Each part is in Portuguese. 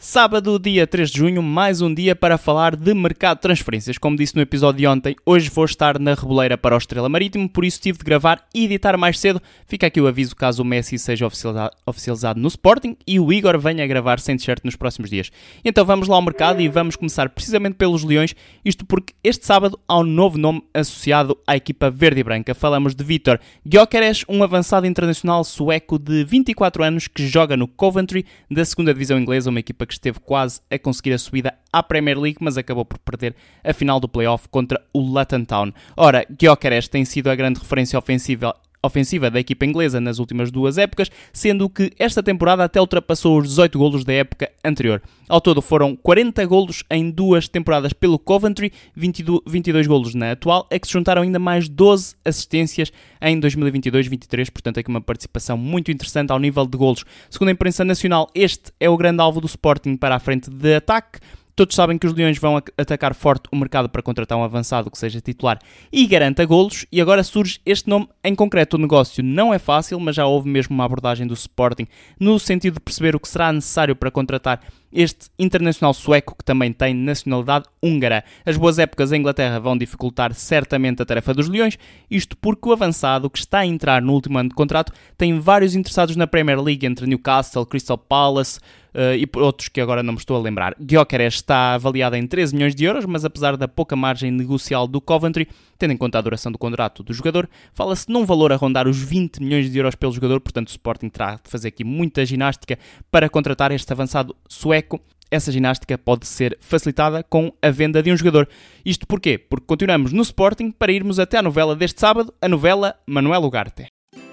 Sábado, dia 3 de junho, mais um dia para falar de mercado de transferências. Como disse no episódio de ontem, hoje vou estar na Reboleira para o Estrela Marítimo, por isso tive de gravar e editar mais cedo. Fica aqui o aviso caso o Messi seja oficializado no Sporting e o Igor venha a gravar sem t-shirt nos próximos dias. Então vamos lá ao mercado e vamos começar precisamente pelos Leões, isto porque este sábado há um novo nome associado à equipa verde e branca. Falamos de Viktor Gyökeres, um avançado internacional sueco de 24 anos que joga no Coventry da 2ª Divisão Inglesa, uma equipa que esteve quase a conseguir a subida à Premier League, mas acabou por perder a final do play-off contra o Luton Town. Ora, Gyökeres tem sido a grande referência ofensiva da equipa inglesa nas últimas 2 épocas, sendo que esta temporada até ultrapassou os 18 golos da época anterior. Ao todo foram 40 golos em 2 temporadas pelo Coventry, 22 golos na atual, a que se juntaram ainda mais 12 assistências em 2022-23, portanto aqui uma participação muito interessante ao nível de golos. Segundo a imprensa nacional, este é o grande alvo do Sporting para a frente de ataque. Todos sabem que os Leões vão atacar forte o mercado para contratar um avançado que seja titular e garanta golos, e agora surge este nome em concreto. O negócio não é fácil, mas já houve mesmo uma abordagem do Sporting no sentido de perceber o que será necessário para contratar este internacional sueco que também tem nacionalidade húngara. As boas épocas em Inglaterra vão dificultar certamente a tarefa dos Leões, isto porque o avançado que está a entrar no último ano de contrato tem vários interessados na Premier League, entre Newcastle, Crystal Palace e outros que agora não me estou a lembrar. Gyökeres está avaliado em 13 milhões de euros, mas apesar da pouca margem negocial do Coventry, tendo em conta a duração do contrato do jogador, fala-se num valor a rondar os 20 milhões de euros pelo jogador, portanto o Sporting terá de fazer aqui muita ginástica para contratar este avançado sueco. Essa ginástica pode ser facilitada com a venda de um jogador. Isto porquê? Porque continuamos no Sporting para irmos até à novela deste sábado, a novela Manuel Ugarte.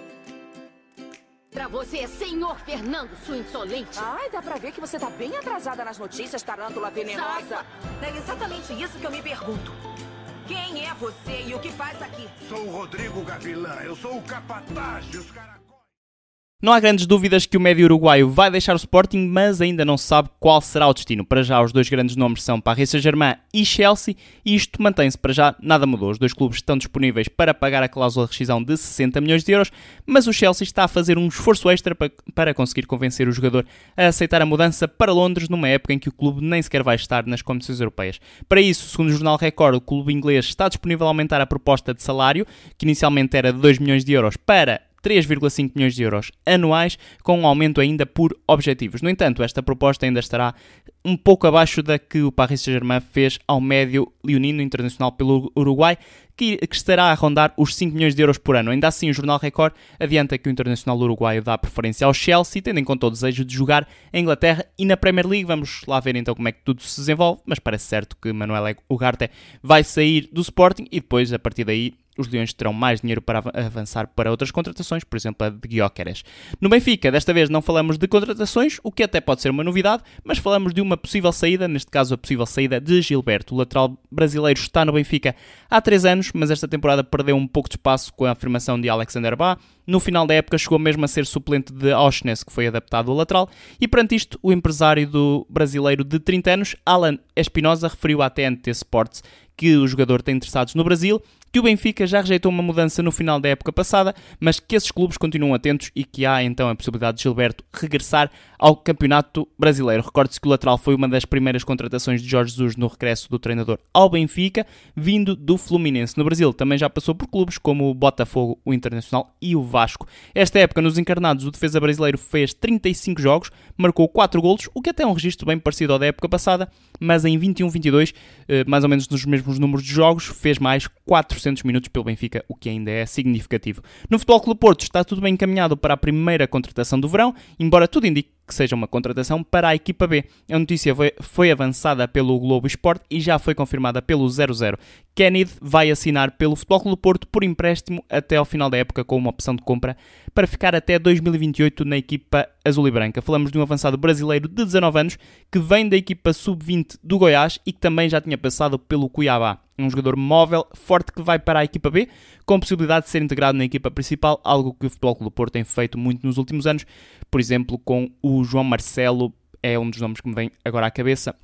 Pra você, senhor Fernando, sua insolente. Ai, dá pra ver que você tá bem atrasada nas notícias, tarântula venenosa. É exatamente isso que eu me pergunto. Quem é você e o que faz aqui? Sou o Rodrigo Gavilã, eu sou o capataz dos caracóis. Não há grandes dúvidas que o médio uruguaio vai deixar o Sporting, mas ainda não se sabe qual será o destino. Para já, os 2 grandes nomes são Paris Saint-Germain e Chelsea, e isto mantém-se. Para já, nada mudou. Os 2 clubes estão disponíveis para pagar a cláusula de rescisão de 60 milhões de euros, mas o Chelsea está a fazer um esforço extra para conseguir convencer o jogador a aceitar a mudança para Londres, numa época em que o clube nem sequer vai estar nas competições europeias. Para isso, segundo o jornal Record, o clube inglês está disponível a aumentar a proposta de salário, que inicialmente era de 2 milhões de euros, para 3,5 milhões de euros anuais, com um aumento ainda por objetivos. No entanto, esta proposta ainda estará um pouco abaixo da que o Paris Saint-Germain fez ao médio leonino internacional pelo Uruguai, que estará a rondar os 5 milhões de euros por ano. Ainda assim, o jornal Record adianta que o internacional uruguaio dá preferência ao Chelsea, tendo em conta o desejo de jogar em Inglaterra e na Premier League. Vamos lá ver então como é que tudo se desenvolve, mas parece certo que Manuel Ugarte vai sair do Sporting e depois, a partir daí, os Leões terão mais dinheiro para avançar para outras contratações, por exemplo a de Gyökeres. No Benfica, desta vez não falamos de contratações, o que até pode ser uma novidade, mas falamos de uma possível saída, neste caso a possível saída de Gilberto. O lateral brasileiro está no Benfica há 3 anos, mas esta temporada perdeu um pouco de espaço com a afirmação de Alexander Bá. No final da época chegou mesmo a ser suplente de Auschwitz, que foi adaptado ao lateral, e perante isto o empresário do brasileiro de 30 anos, Alan Espinosa, referiu à TNT Sports que o jogador tem interessados no Brasil, que o Benfica já rejeitou uma mudança no final da época passada, mas que esses clubes continuam atentos e que há então a possibilidade de Gilberto regressar ao Campeonato Brasileiro. Recorde-se que o lateral foi uma das primeiras contratações de Jorge Jesus no regresso do treinador ao Benfica, vindo do Fluminense. No Brasil também já passou por clubes como o Botafogo, o Internacional e o Vasco. Esta época, nos encarnados, o defesa brasileiro fez 35 jogos, marcou 4 golos, o que até é um registro bem parecido ao da época passada, mas em 21-22, mais ou menos nos mesmos números de jogos, fez mais 400 minutos pelo Benfica, o que ainda é significativo. No Futebol Clube Porto está tudo bem encaminhado para a primeira contratação do verão, embora tudo indique que seja uma contratação para a equipa B. A notícia foi avançada pelo Globo Esporte e já foi confirmada pelo 00. Kennedy vai assinar pelo Futebol Clube Porto por empréstimo até ao final da época, com uma opção de compra para ficar até 2028 na equipa azul e branca. Falamos de um avançado brasileiro de 19 anos que vem da equipa sub-20 do Goiás e que também já tinha passado pelo Cuiabá. Um jogador móvel, forte, que vai para a equipa B, com possibilidade de ser integrado na equipa principal, algo que o Futebol Clube do Porto tem feito muito nos últimos anos, por exemplo com o João Marcelo, é um dos nomes que me vem agora à cabeça,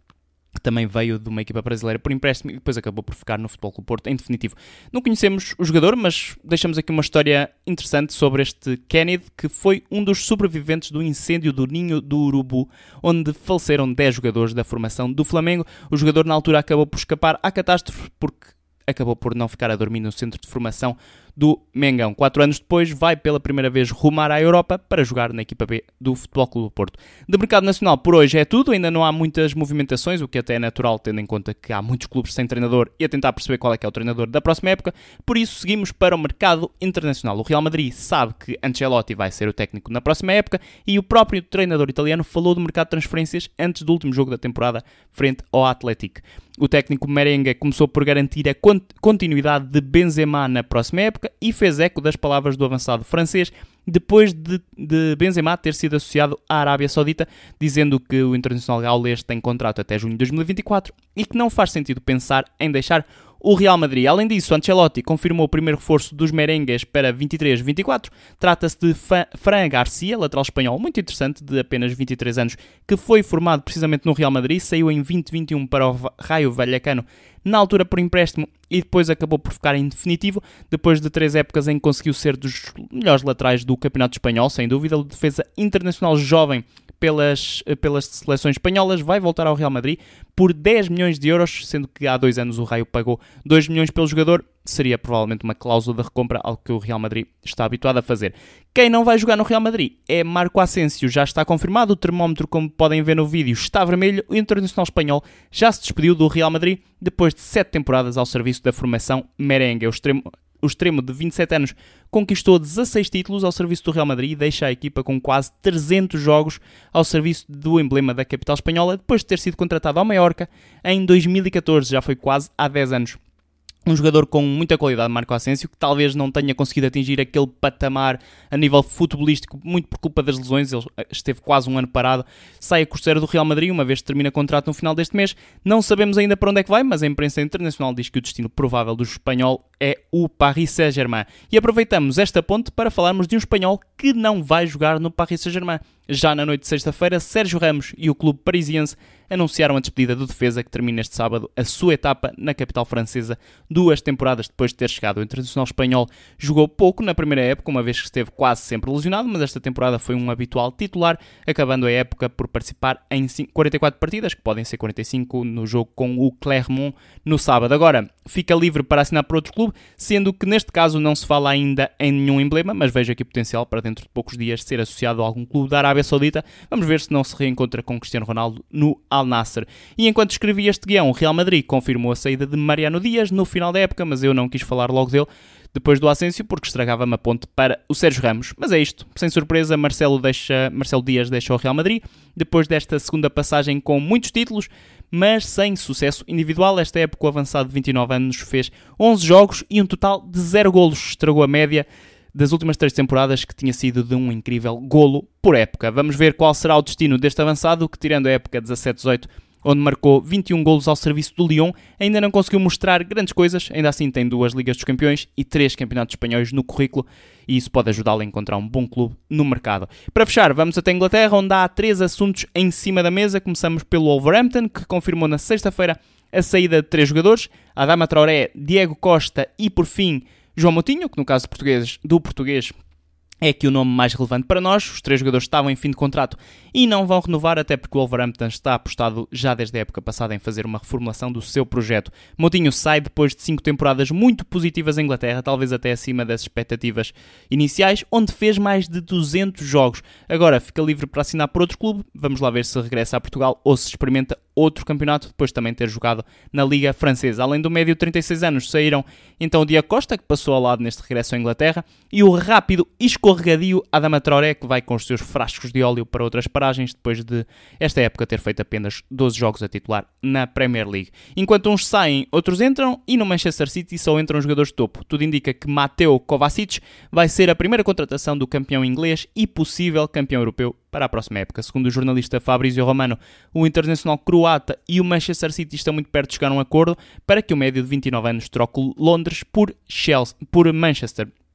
que também veio de uma equipa brasileira por empréstimo e depois acabou por ficar no Futebol Clube do Porto, em definitivo. Não conhecemos o jogador, mas deixamos aqui uma história interessante sobre este Kennedy, que foi um dos sobreviventes do incêndio do Ninho do Urubu, onde faleceram 10 jogadores da formação do Flamengo. O jogador na altura acabou por escapar à catástrofe porque acabou por não ficar a dormir no centro de formação do Mengão. 4 anos depois, vai pela primeira vez rumar à Europa para jogar na equipa B do Futebol Clube do Porto. De mercado nacional, por hoje é tudo. Ainda não há muitas movimentações, o que até é natural, tendo em conta que há muitos clubes sem treinador e a tentar perceber qual é que é o treinador da próxima época. Por isso, seguimos para o mercado internacional. O Real Madrid sabe que Ancelotti vai ser o técnico na próxima época e o próprio treinador italiano falou do mercado de transferências antes do último jogo da temporada, frente ao Atlético. O técnico merengue começou por garantir a continuidade de Benzema na próxima época e fez eco das palavras do avançado francês depois de Benzema ter sido associado à Arábia Saudita, dizendo que o internacional gaulês tem contrato até junho de 2024 e que não faz sentido pensar em deixar o Real Madrid. Além disso, Ancelotti confirmou o primeiro reforço dos merengues para 23-24. Trata-se de Fran Garcia, lateral espanhol muito interessante, de apenas 23 anos, que foi formado precisamente no Real Madrid, saiu em 2021 para o Rayo Vallecano, na altura por empréstimo, e depois acabou por ficar em definitivo, depois de 3 épocas em que conseguiu ser dos melhores laterais do Campeonato Espanhol, sem dúvida. O defesa internacional jovem pelas seleções espanholas vai voltar ao Real Madrid por 10 milhões de euros, sendo que há 2 anos o Raio pagou 2 milhões pelo jogador. Seria provavelmente uma cláusula de recompra, algo que o Real Madrid está habituado a fazer. Quem não vai jogar no Real Madrid é Marco Asensio, já está confirmado. O termómetro, como podem ver no vídeo, está vermelho. O internacional espanhol já se despediu do Real Madrid depois de 7 temporadas ao serviço da formação merengue. O extremo de 27 anos conquistou 16 títulos ao serviço do Real Madrid e deixa a equipa com quase 300 jogos ao serviço do emblema da capital espanhola, depois de ter sido contratado ao Mallorca em 2014, já foi quase há 10 anos. Um jogador com muita qualidade, Marco Asensio, que talvez não tenha conseguido atingir aquele patamar a nível futebolístico, muito por culpa das lesões. Ele esteve quase um ano parado. Sai a cruzeiro do Real Madrid, uma vez que termina contrato no final deste mês. Não sabemos ainda para onde é que vai, mas a imprensa internacional diz que o destino provável do espanhol é o Paris Saint-Germain. E aproveitamos esta ponte para falarmos de um espanhol que não vai jogar no Paris Saint-Germain. Já na noite de sexta-feira, Sérgio Ramos e o clube parisiense anunciaram a despedida do defesa, que termina este sábado a sua etapa na capital francesa, 2 temporadas depois de ter chegado. O internacional espanhol jogou pouco na primeira época, uma vez que esteve quase sempre lesionado, mas esta temporada foi um habitual titular, acabando a época por participar em 44 partidas, que podem ser 45 no jogo com o Clermont no sábado. Agora, fica livre para assinar por outro clube, sendo que neste caso não se fala ainda em nenhum emblema, mas vejo aqui potencial para dentro de poucos dias ser associado a algum clube da Arábia Saudita. Vamos ver se não se reencontra com Cristiano Ronaldo no Al Nassr. E enquanto escrevi este guião, o Real Madrid confirmou a saída de Mariano Dias no final da época, mas eu não quis falar logo dele depois do Asensio, porque estragava-me a ponte para o Sérgio Ramos. Mas é isto, sem surpresa, Marcelo Dias deixa o Real Madrid, depois desta segunda passagem com muitos títulos, mas sem sucesso individual. Esta época, o avançado de 29 anos fez 11 jogos e um total de 0 golos, estragou a média das últimas 3 temporadas, que tinha sido de um incrível golo por época. Vamos ver qual será o destino deste avançado, que tirando a época 17-18, onde marcou 21 golos ao serviço do Lyon, ainda não conseguiu mostrar grandes coisas. Ainda assim tem 2 Ligas dos Campeões e 3 Campeonatos Espanhóis no currículo, e isso pode ajudá-lo a encontrar um bom clube no mercado. Para fechar, vamos até a Inglaterra, onde há 3 assuntos em cima da mesa. Começamos pelo Wolverhampton, que confirmou na sexta-feira a saída de 3 jogadores, Adama Traoré, Diego Costa e, por fim, João Moutinho, que no caso do português é aqui o nome mais relevante para nós. Os 3 jogadores estavam em fim de contrato e não vão renovar, até porque o Wolverhampton está apostado já desde a época passada em fazer uma reformulação do seu projeto. Moutinho sai depois de 5 temporadas muito positivas em Inglaterra, talvez até acima das expectativas iniciais, onde fez mais de 200 jogos. Agora fica livre para assinar por outro clube. Vamos lá ver se regressa a Portugal ou se experimenta outro campeonato, depois de também ter jogado na Liga Francesa. Além do médio de 36 anos, saíram então o Diego Costa, que passou ao lado neste regresso à Inglaterra, e o rápido e escorregadio Adama Traoré, que vai com os seus frascos de óleo para outras paragens, depois de esta época ter feito apenas 12 jogos a titular na Premier League. Enquanto uns saem, outros entram, e no Manchester City só entram jogadores de topo. Tudo indica que Mateo Kovacic vai ser a primeira contratação do campeão inglês e possível campeão europeu para a próxima época. Segundo o jornalista Fabrizio Romano, o internacional croata e o Manchester City estão muito perto de chegar a um acordo para que o médio de 29 anos troque Londres por Manchester.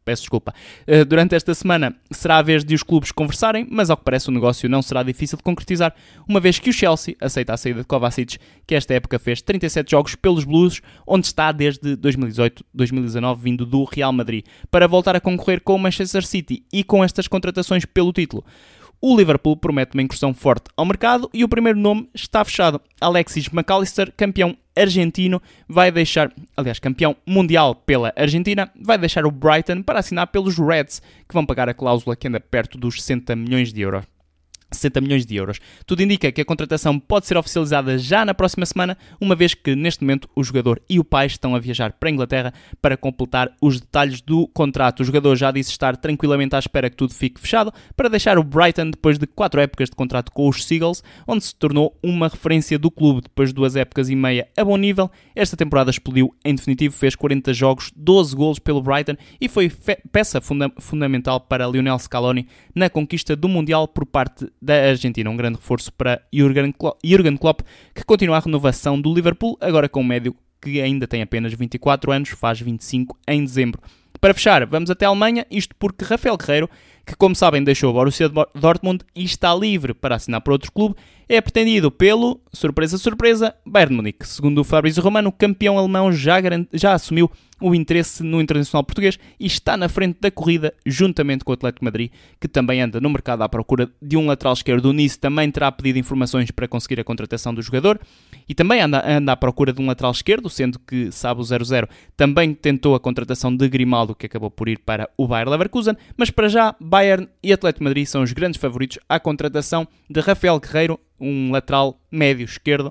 Peço desculpa. Durante esta semana será a vez de os clubes conversarem, mas ao que parece o negócio não será difícil de concretizar, uma vez que o Chelsea aceita a saída de Kovacic, que esta época fez 37 jogos pelos Blues, onde está desde 2018-2019 vindo do Real Madrid, para voltar a concorrer com o Manchester City e com estas contratações pelo título. O Liverpool promete uma incursão forte ao mercado e o primeiro nome está fechado. Alexis McAllister, campeão argentino, campeão mundial pela Argentina, vai deixar o Brighton para assinar pelos Reds, que vão pagar a cláusula que anda perto dos 60 milhões de euros. Tudo indica que a contratação pode ser oficializada já na próxima semana, uma vez que neste momento o jogador e o pai estão a viajar para a Inglaterra para completar os detalhes do contrato. O jogador já disse estar tranquilamente à espera que tudo fique fechado para deixar o Brighton depois de 4 épocas de contrato com os Seagulls, onde se tornou uma referência do clube. Depois de 2 épocas e meia a bom nível, esta temporada explodiu em definitivo, fez 40 jogos, 12 golos pelo Brighton e foi peça fundamental para Lionel Scaloni na conquista do Mundial por parte da Argentina. Um grande reforço para Jürgen Klopp, que continua a renovação do Liverpool, agora com um médio que ainda tem apenas 24 anos, faz 25 em dezembro. Para fechar, vamos até a Alemanha, isto porque Rafael Guerreiro, que como sabem deixou o Borussia Dortmund e está livre para assinar para outro clube, é pretendido pelo, surpresa, Bayern Munique. Segundo o Fabrício Romano, o campeão alemão já assumiu o interesse no internacional português e está na frente da corrida, juntamente com o Atlético de Madrid, que também anda no mercado à procura de um lateral esquerdo. O Nice também terá pedido informações para conseguir a contratação do jogador e também anda à procura de um lateral esquerdo, sendo que, sabe, o 0-0 também tentou a contratação de Grimaldo, que acabou por ir para o Bayer Leverkusen, mas para já Bayern e Atlético de Madrid são os grandes favoritos à contratação de Rafael Guerreiro, um lateral médio esquerdino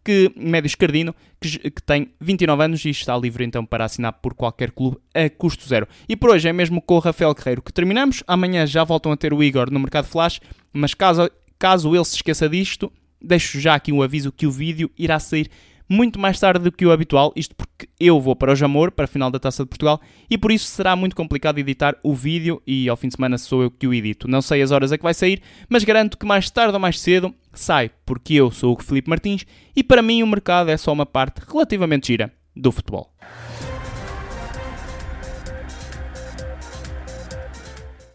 que tem 29 anos e está livre então para assinar por qualquer clube a custo zero. E por hoje é mesmo com o Rafael Guerreiro que terminamos. Amanhã já voltam a ter o Igor no Mercado Flash, mas caso ele se esqueça disto, deixo já aqui um aviso que o vídeo irá sair muito mais tarde do que o habitual, isto porque eu vou para o Jamor, para a final da Taça de Portugal, e por isso será muito complicado editar o vídeo e ao fim de semana sou eu que o edito. Não sei as horas a que vai sair, mas garanto que mais tarde ou mais cedo sai, porque eu sou o Filipe Martins e para mim o mercado é só uma parte relativamente gira do futebol.